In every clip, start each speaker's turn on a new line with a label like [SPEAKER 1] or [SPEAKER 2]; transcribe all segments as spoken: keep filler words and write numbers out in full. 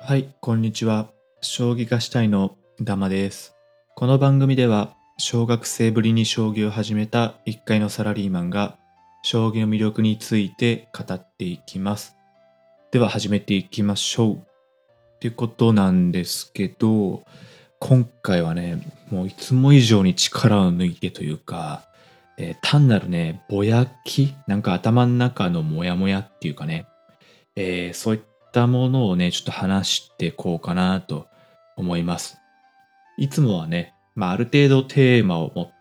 [SPEAKER 1] はい、こんにちは。将棋がしたいのダマです。この番組では、小学生ぶりに将棋を始めた一階のサラリーマンが、将棋の魅力について語っていきます。では始めていきましょう。ってことなんですけど、今回はね、もういつも以上に力を抜いてというか、えー単なるね、ぼやき、なんか頭の中のモヤモヤっていうかね、えーそういったものをね、ちょっと話していこうかなと思います。いつもはね、まあ、ある程度テーマを持って、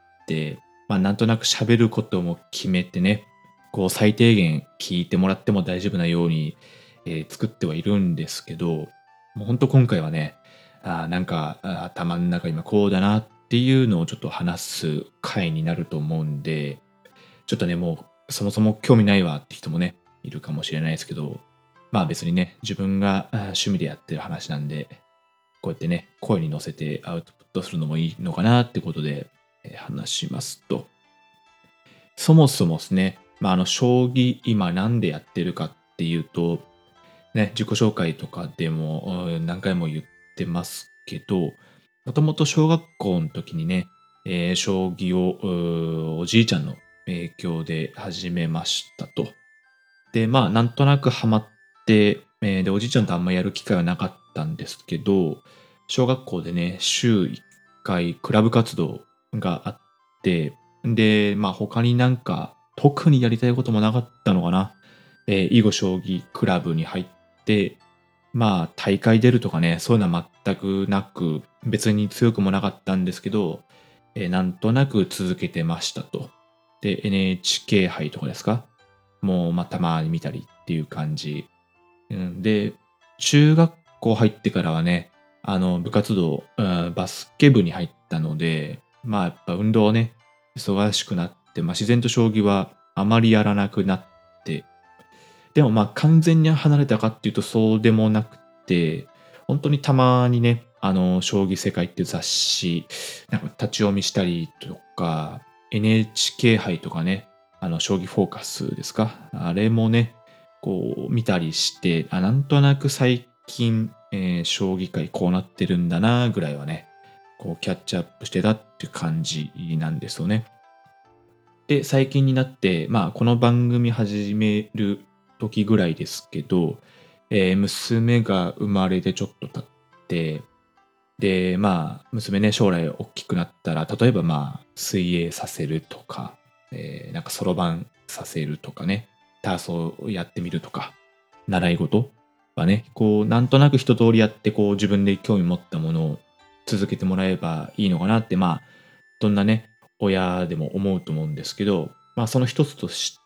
[SPEAKER 1] まあ、なんとなく喋ることも決めてね、こう最低限聞いてもらっても大丈夫なように、えー作ってはいるんですけど、もうほんと今回はね、あーなんかあー頭の中今こうだなっていうのをちょっと話す回になると思うんで、ちょっとね、もうそもそも興味ないわって人もね、いるかもしれないですけど、まあ別にね、自分があー趣味でやってる話なんで、こうやってね、声に乗せてアウトプットするのもいいのかなってことで、えー話しますと。そもそもですね、まあ、あの、将棋今なんでやってるかっていうと、ね、自己紹介とかでもうん何回も言ってますけど、もともと小学校の時にね、えー将棋をうーおじいちゃんの影響で始めましたと。で、まあ、なんとなくハマって、えーで、おじいちゃんとあんまやる機会はなかったんですけど、小学校でね、週いっかいクラブ活動があって、で、まあ他になんか特にやりたいこともなかったのかな。えー囲碁将棋クラブに入って、まあ大会出るとかね、そういうのは全くなく、別に強くもなかったんですけど、えーなんとなく続けてましたと。で、エヌエイチケー 杯とかですか、もう、まあ、たまに見たりっていう感じ。うん、で、中学校入ってからはね、あの、部活動、うん、バスケ部に入ったので、まあ、やっぱ運動ね、忙しくなって、まあ、自然と将棋はあまりやらなくなって、でもまあ、完全に離れたかっていうとそうでもなくて、本当にたまにね、あの、将棋世界っていう雑誌、なんか立ち読みしたりとか、エヌエイチケー 杯とかね、あの、将棋フォーカスですか。あれもね、こう見たりして、あ、なんとなく最近、えー将棋界こうなってるんだなぐらいはね、こうキャッチアップしてたっていう感じなんですよね。で、最近になって、まあ、この番組始める時ぐらいですけど、えー娘が生まれてちょっと経って、で、まあ、娘ね、将来大きくなったら、例えばまあ、水泳させるとか、えーなんかそろばんさせるとかね、体操をやってみるとか、習い事はね、こう、なんとなく一通りやって、こう、自分で興味持ったものを続けてもらえばいいのかなって、まあ、どんなね、親でも思うと思うんですけど、まあ、その一つとして、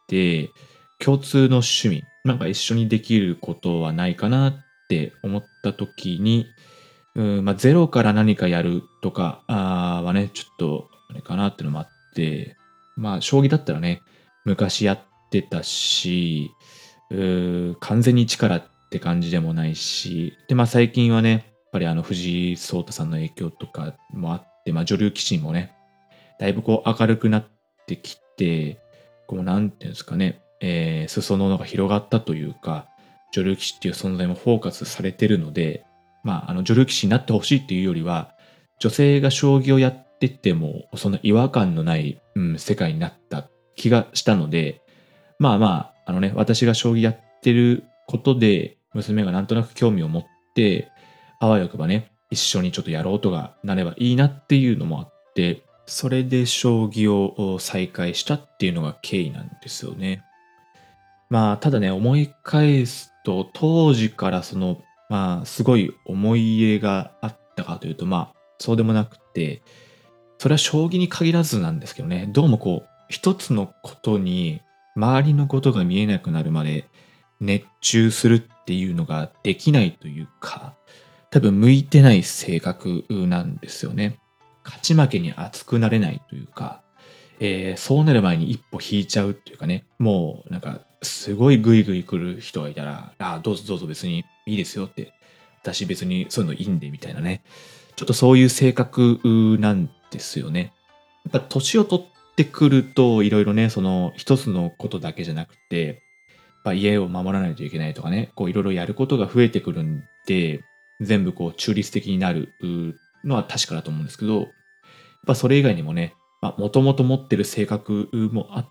[SPEAKER 1] 共通の趣味、なんか一緒にできることはないかなって思った時に、うん、まあ、ゼロから何かやるとかあーはね、ちょっと、あれかなっていうのもあって、まあ、将棋だったらね、昔やってたし、うー完全に力って感じでもないし、で、まあ最近はね、やっぱりあの藤井聡太さんの影響とかもあって、まあ女流棋士もね、だいぶこう明るくなってきて、こうなんていうんですかね、えー、裾野が広がったというか、女流棋士っていう存在もフォーカスされてるので、まああの女流棋士になってほしいっていうよりは、女性が将棋をやってても、そんな違和感のない、うん、世界になった気がしたので、まあまあ、あのね、私が将棋やってることで、娘がなんとなく興味を持って、あわよくばね、一緒にちょっとやろうとかなればいいなっていうのもあって、それで将棋を再開したっていうのが経緯なんですよね。まあ、ただね、思い返すと、当時からその、まあ、すごい思い入れがあったかというと、まあ、そうでもなくて、それは将棋に限らずなんですけどね、どうもこう、一つのことに周りのことが見えなくなるまで熱中するっていうのができないというか、多分向いてない性格なんですよね。勝ち負けに熱くなれないというか、えーそうなる前に一歩引いちゃうっていうかね、もうなんかすごいグイグイ来る人がいたら、あどうぞどうぞ別にいいですよって、私別にそういうのいいんでみたいなね、ちょっとそういう性格なんですよね。やっぱ年を取ってくると、いろいろね、その一つのことだけじゃなくて、まあ、家を守らないといけないとかね、こういろいろやることが増えてくるんで、 全部こう中立的になるのは確かだと思うんですけど、やっぱそれ以外にもね、まあ、もともと持ってる性格もあって、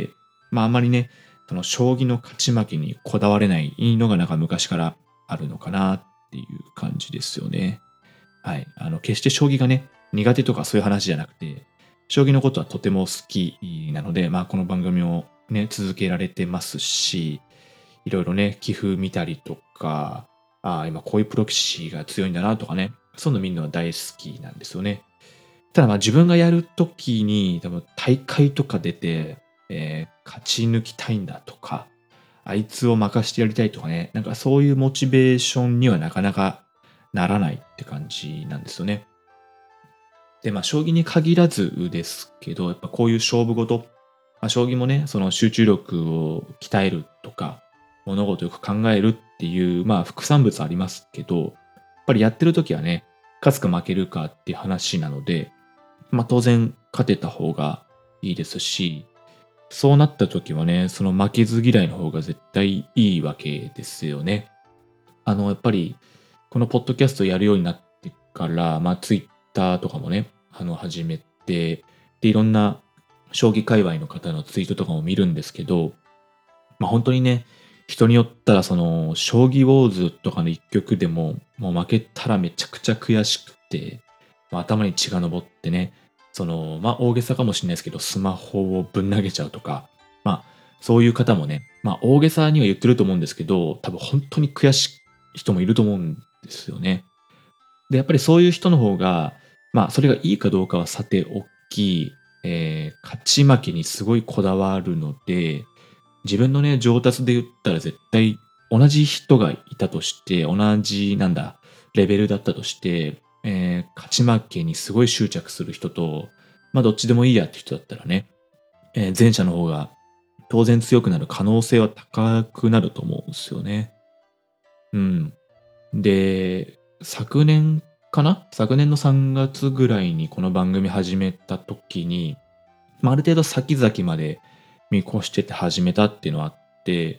[SPEAKER 1] まあ、あまりね、その将棋の勝ち負けにこだわれないのがなんか昔からあるのかなっていう感じですよね。はい。あの、決して将棋がね、苦手とかそういう話じゃなくて、将棋のことはとても好きなので、まあ、この番組をね、続けられてますし、いろいろね、棋風見たりとか、ああ、今こういうプロ棋士が強いんだなとかね、そういうの見るのは大好きなんですよね。ただまあ自分がやるときに、多分大会とか出て、えー勝ち抜きたいんだとか、あいつを任してやりたいとかね、なんかそういうモチベーションにはなかなかならないって感じなんですよね。で、まあ、将棋に限らずですけど、やっぱこういう勝負事、まあ、将棋もね、その集中力を鍛えるとか、物事をよく考えるっていう、まあ、副産物ありますけど、やっぱりやってる時はね、勝つか負けるかっていう話なので、まあ、当然勝てた方がいいですし、そうなった時はね、その負けず嫌いの方が絶対いいわけですよね。あの、やっぱり、このポッドキャストやるようになってから、まあ、ツイッターとかもね、あの、始めて、で、いろんな将棋界隈の方のツイートとかも見るんですけど、まあ、本当にね、人によったら、その、将棋ウォーズとかの一局でも、もう負けたらめちゃくちゃ悔しくて、まあ、頭に血が上ってね、その、まあ、大げさかもしれないですけど、スマホをぶん投げちゃうとか、まあ、そういう方もね、まあ、大げさには言ってると思うんですけど、多分本当に悔しい人もいると思うんですよね。で、やっぱりそういう人の方が、まあ、それがいいかどうかはさておき、えー勝ち負けにすごいこだわるので、自分のね、上達で言ったら絶対同じ人がいたとして、同じ、なんだ、レベルだったとして、えー勝ち負けにすごい執着する人と、まあ、どっちでもいいやって人だったらね、えー前者の方が当然強くなる可能性は高くなると思うんですよね。うん。で、昨年かな昨年のさんがつぐらいにこの番組始めた時に、まあ、ある程度先々まで見越してて始めたっていうのはあって、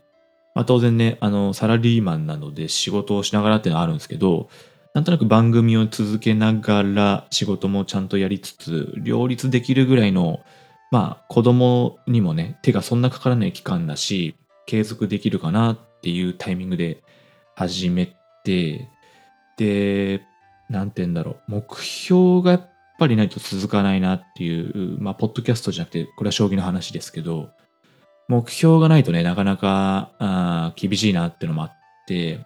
[SPEAKER 1] まあ、当然ね、あの、サラリーマンなので仕事をしながらっていうのはあるんですけど、なんとなく番組を続けながら仕事もちゃんとやりつつ、両立できるぐらいの、まあ、子供にもね、手がそんなかからない期間だし、継続できるかなっていうタイミングで始めて、で、なんて言うんだろう、目標がやっぱりないと続かないなっていう、まあ、ポッドキャストじゃなくて、これは将棋の話ですけど、目標がないとね、なかなか、あー厳しいなっていうのもあって、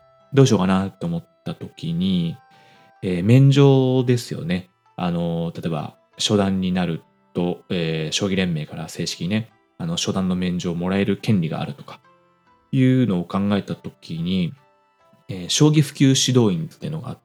[SPEAKER 1] どうしようかなと思った時に、えー免状ですよね。あの、例えば、初段になると、えー将棋連盟から正式にね、あの、初段の免状をもらえる権利があるとか、いうのを考えた時に、えー将棋普及指導員っていうのがあって、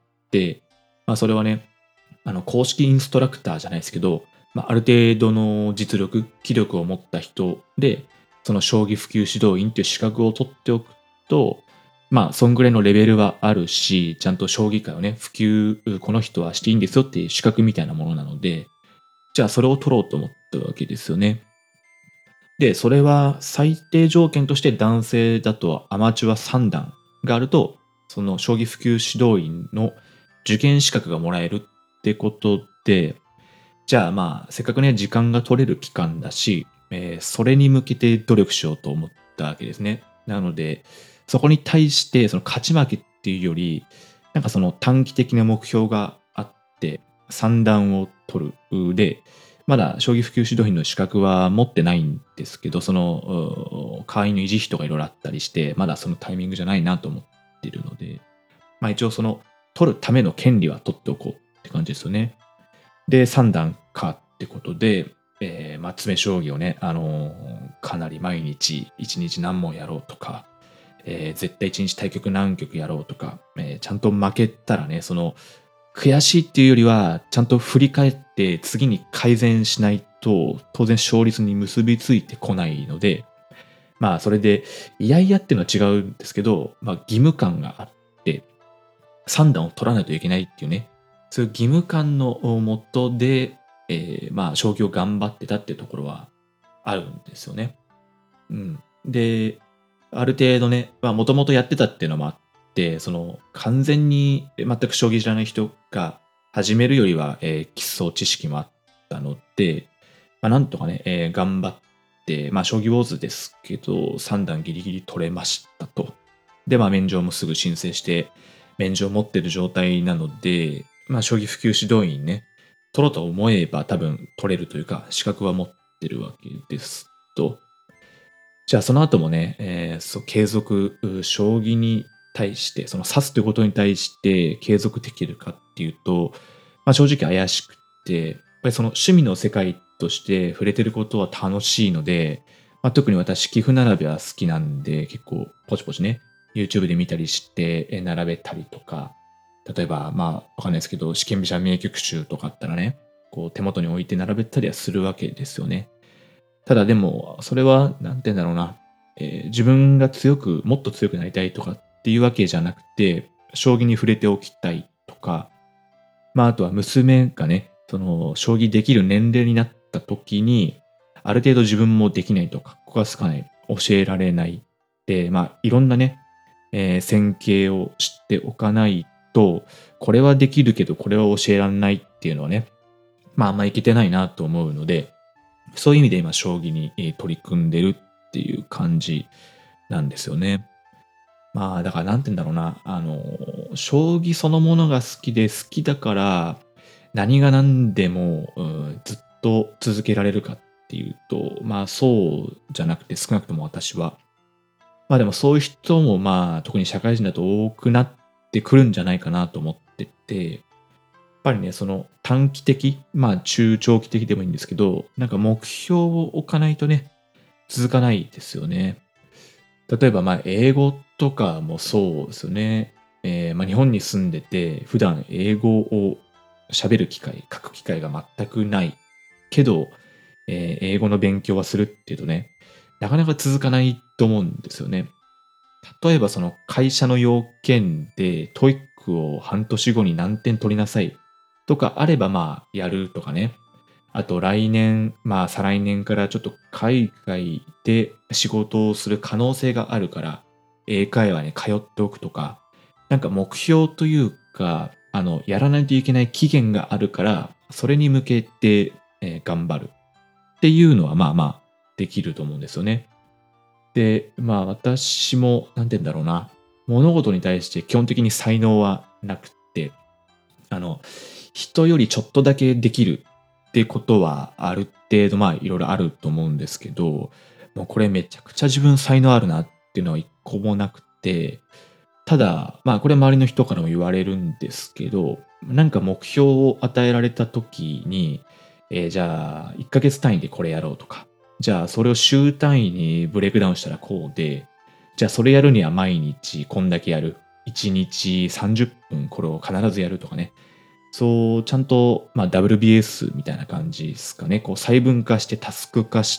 [SPEAKER 1] まあ、それはね、あの、公式インストラクターじゃないですけど、まあ、ある程度の実力、気力を持った人で、その将棋普及指導員っていう資格を取っておくと、まあ、そんぐらいのレベルはあるし、ちゃんと将棋界をね、普及、この人はしていいんですよっていう資格みたいなものなので、じゃあそれを取ろうと思ったわけですよね。で、それは最低条件として男性だとアマチュアさん段があると、その将棋普及指導員の受験資格がもらえるってことで、じゃあまあ、せっかくね、時間が取れる期間だし、えーそれに向けて努力しようと思ったわけですね。なので、そこに対して、その勝ち負けっていうより、なんかその短期的な目標があって、三段を取る。で、まだ将棋普及指導員の資格は持ってないんですけど、その、う会員の維持費とかいろいろあったりして、まだそのタイミングじゃないなと思っているので、まあ一応その、取るための権利は取っておこうって感じですよね。で、さん段かってことで、えー、まあ、詰将棋をね、あのーかなり毎日、いちにち何問やろうとか、えー絶対いちにち対局何局やろうとか、えーちゃんと負けたらね、その、悔しいっていうよりは、ちゃんと振り返って次に改善しないと、当然勝率に結びついてこないので、まあ、それで、いやいやっていうのは違うんですけど、まあ、義務感があって、さん段を取らないといけないっていうね、そういう義務感のもとで、えーまあ、将棋を頑張ってたっていうところはあるんですよね。うん。で、ある程度ね、まあ、もともとやってたっていうのもあっ 、その完全に全く将棋知らない人が始めるよりは、えー基礎知識もあったので、まあ、なんとかね、えー頑張って、まあ、将棋ウォーズですけど、さん段ギリギリ取れましたと。で、まあ、免状もすぐ申請して、免状持ってる状態なので、まあ、将棋普及指導員ね、取ろうと思えば多分取れるというか、資格は持ってるわけですと。じゃあその後もね、えーそう継続、う将棋に対して、その指すということに対して継続できるかっていうと、まあ、正直怪しくって、やっぱりその趣味の世界として触れてることは楽しいので、まあ、特に私、棋譜並べは好きなんで、結構ポチポチね、YouTube で見たりしてえー並べたりとか、例えば、まあ、わかんないですけど、試験飛車名曲集とかあったらね、こう手元に置いて並べたりはするわけですよね。ただでも、それは、なんて言うんだろうな、えー自分が強く、もっと強くなりたいとかっていうわけじゃなくて、将棋に触れておきたいとか、まあ、あとは娘がね、その、将棋できる年齢になった時に、ある程度自分もできないとか、ここがつかない、教えられない。で、まあ、いろんなね、えー線形を知っておかないと、これはできるけど、これは教えられないっていうのはね、まあ、あんまいけてないなと思うので、そういう意味で今、将棋にえー取り組んでるっていう感じなんですよね。まあ、だからなんて言うんだろうな。あの、将棋そのものが好きで好きだから、何が何でも、うん、ずっと続けられるかっていうと、まあそうじゃなくて少なくとも私は。まあでもそういう人もまあ特に社会人だと多くなってくるんじゃないかなと思ってて、やっぱりね、その短期的、まあ中長期的でもいいんですけど、なんか目標を置かないとね、続かないですよね。例えば、まあ、英語とかもそうですよね。えーまあ、日本に住んでて、普段英語を喋る機会、書く機会が全くないけど、えー英語の勉強はするっていうとね、なかなか続かないと思うんですよね。例えばその会社の要件で トイック を半年後に何点取りなさいとかあればまあやるとかね。あと来年、まあ再来年からちょっと海外で仕事をする可能性があるから、英会話に通っておくとか、なんか目標というか、あの、やらないといけない期限があるから、それに向けて、えー頑張るっていうのはまあまあできると思うんですよね。で、まあ私も、なんて言うんだろうな、物事に対して基本的に才能はなくって、あの、人よりちょっとだけできるってことはある程度まあいろいろあると思うんですけど、もうこれめちゃくちゃ自分才能あるなっていうのは一個もなくて、ただ、まあこれ周りの人からも言われるんですけど、なんか目標を与えられた時に、えーじゃあいっかげつ単位でこれやろうとか、じゃあそれを週単位にブレイクダウンしたらこうで、じゃあそれやるには毎日こんだけやる。いちにちさんじゅっぷんこれを必ずやるとかね。そう、ちゃんと、まあ、ダブリュービーエス みたいな感じですかね。こう細分化してタスク化して、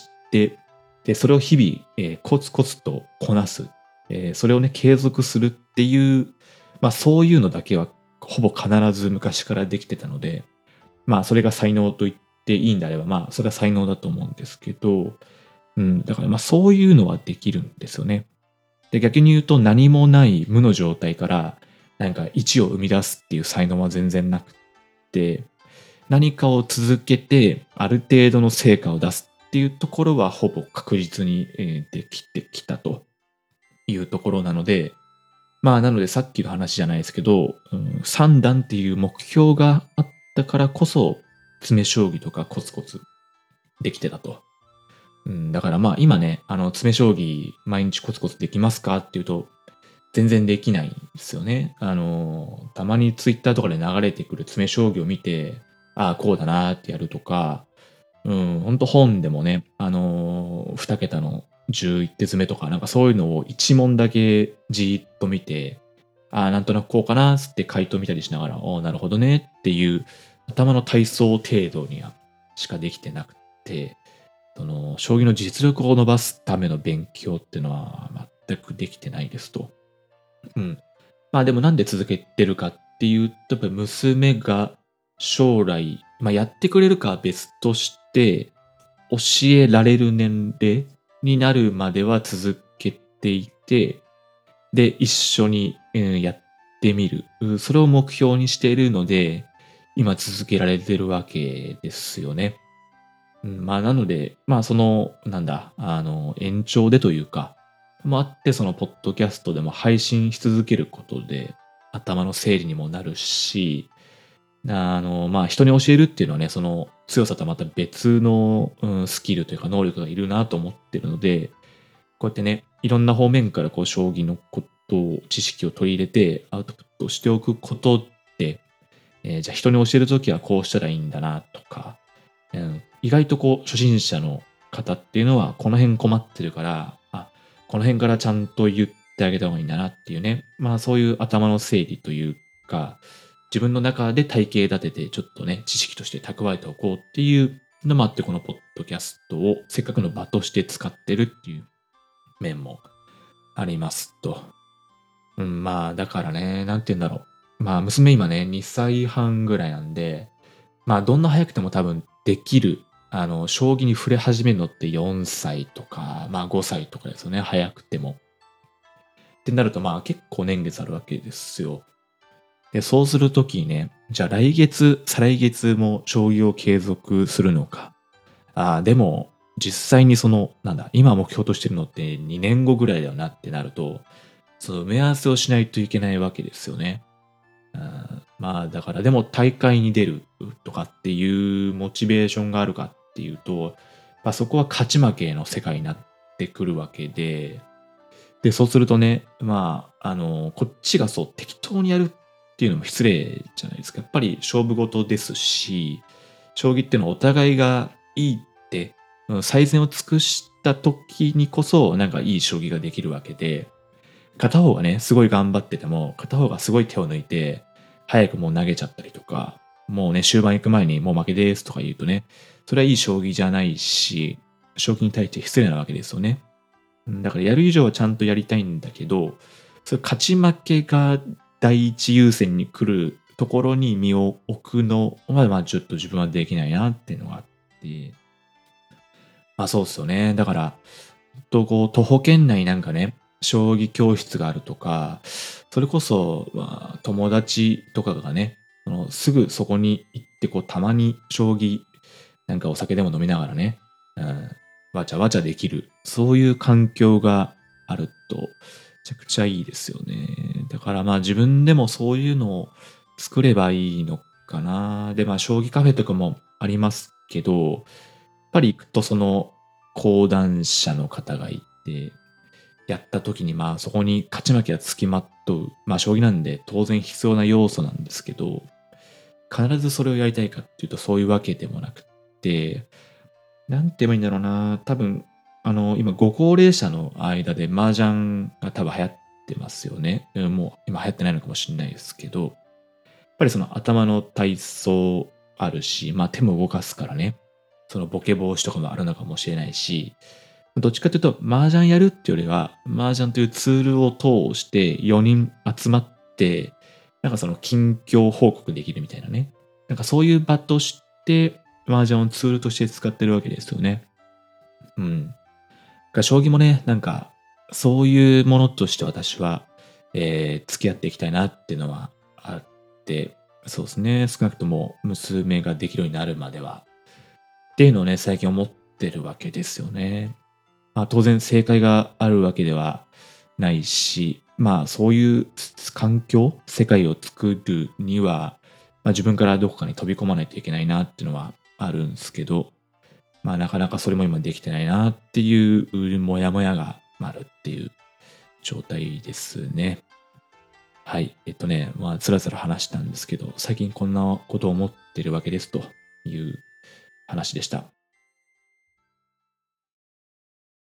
[SPEAKER 1] で、それを日々、えーコツコツとこなす。えーそれをね、継続するっていう、まあそういうのだけはほぼ必ず昔からできてたので、まあそれが才能と言っていいんであれば、まあそれは才能だと思うんですけど、うん、だからまあそういうのはできるんですよね。で、逆に言うと何もない無の状態からなんかいちを生み出すっていう才能は全然なくて、何かを続けてある程度の成果を出すっていうところはほぼ確実にえーできてきたというところなので、まあなのでさっきの話じゃないですけど、うん、さん段っていう目標があったからこそ、詰将棋とかコツコツできてたと。うん、だからまあ今ね、あの詰将棋毎日コツコツできますかっていうと、全然できないんですよね。あの、たまにツイッターとかで流れてくる詰将棋を見て、ああ、こうだなーってやるとか、うん、ほんと本でもね、あのー、に桁のじゅういち手詰めとか、なんかそういうのをいち問だけじーっと見て、ああ、なんとなくこうかなーって回答見たりしながら、おーなるほどねっていう頭の体操程度にはしかできてなくて、その、将棋の実力を伸ばすための勉強っていうのは全くできてないですと。うん。まあでもなんで続けてるかっていうと、やっぱり娘が将来、まあやってくれるかは別として、教えられる年齢になるまでは続けていて、 で、一緒に、うん、やってみる。うそれを目標にしているので、今続けられてるわけですよね。うん、まあ、なので、まあ、その、なんだ、あの、延長でというか、もあって、そのポッドキャストでも配信し続けることで、頭の整理にもなるし、あの、まあ、人に教えるっていうのはね、その強さとはまた別の、うん、スキルというか能力がいるなと思ってるので、こうやってね、いろんな方面からこう、将棋のことを、知識を取り入れてアウトプットしておくことで、えーじゃあ人に教えるときはこうしたらいいんだなとか、うん、意外とこう、初心者の方っていうのは、この辺困ってるから、あ、この辺からちゃんと言ってあげた方がいいんだなっていうね。まあそういう頭の整理というか、自分の中で体系立てて、ちょっとね、知識として蓄えておこうっていうのもあって、このポッドキャストをせっかくの場として使ってるっていう面もありますと。うん、まあだからね、なんて言うんだろう。まあ娘今ね、にさいはんぐらいなんで、まあ、どんな早くても多分できる。あの、将棋に触れ始めるのってよんさいとか、まあごさいとかですよね。早くても。ってなると、まあ結構年月あるわけですよ。で、そうするときにね、じゃあ来月、再来月も将棋を継続するのか。ああ、でも、実際にその、なんだ、今目標としてるのってにねんごぐらいだよなってなると、その埋め合わせをしないといけないわけですよね。うん、まあだからでも大会に出るとかっていうモチベーションがあるかっていうと、まあ、そこは勝ち負けの世界になってくるわけで、で、そうするとね、まあ、あの、こっちがそう適当にやるっていうのも失礼じゃないですか。やっぱり勝負事ですし、将棋っていうのはお互いがいいって、うん最善を尽くした時にこそ、なんかいい将棋ができるわけで、片方がね、すごい頑張ってても、片方がすごい手を抜いて、早くもう投げちゃったりとか、もうね、終盤行く前にもう負けですとか言うとね、それはいい将棋じゃないし、将棋に対して失礼なわけですよね。うんだからやる以上はちゃんとやりたいんだけど、それ勝ち負けが第一優先に来るところに身を置くのは、まあちょっと自分はできないなっていうのがあって、まあそうですよね。だから、とこう徒歩圏内なんかね、将棋教室があるとか、それこそ、まあ、友達とかがね、そのすぐそこに行ってこうたまに将棋なんかお酒でも飲みながらね、うん、わちゃわちゃできる、そういう環境があるとめちゃくちゃいいですよね。だからまあ自分でもそういうのを作ればいいのかな。でまあ将棋カフェとかもありますけど、やっぱり行くとその講談社の方がいて、やった時にまあそこに勝ち負けがつきまとう。まあ将棋なんで当然必要な要素なんですけど、必ずそれをやりたいかっていうとそういうわけでもなくって、なんて言えばいいんだろうな。多分、あの、今ご高齢者の間で麻雀が多分流行ってますよね。うんもう今流行ってないのかもしれないですけど、やっぱりその頭の体操あるし、まあ手も動かすからね。そのボケ防止とかもあるのかもしれないし、どっちかというと、麻雀やるっていうよりは、麻雀というツールを通してよにん集まって、なんかその近況報告できるみたいなね。なんかそういう場として、麻雀をツールとして使ってるわけですよね。うん。が将棋もね、なんか、そういうものとして私は、えー付き合っていきたいなっていうのはあって、そうですね。少なくとも娘ができるようになるまでは。っていうのをね、最近思ってるわけですよね。まあ当然正解があるわけではないし、まあそういう環境、世界を作るには、まあ自分からどこかに飛び込まないといけないなっていうのはあるんですけど、まあなかなかそれも今できてないなっていうモヤモヤがあるっていう状態ですね。はい。えっとね、まあつらつら話したんですけど、最近こんなことを思ってるわけですという話でした。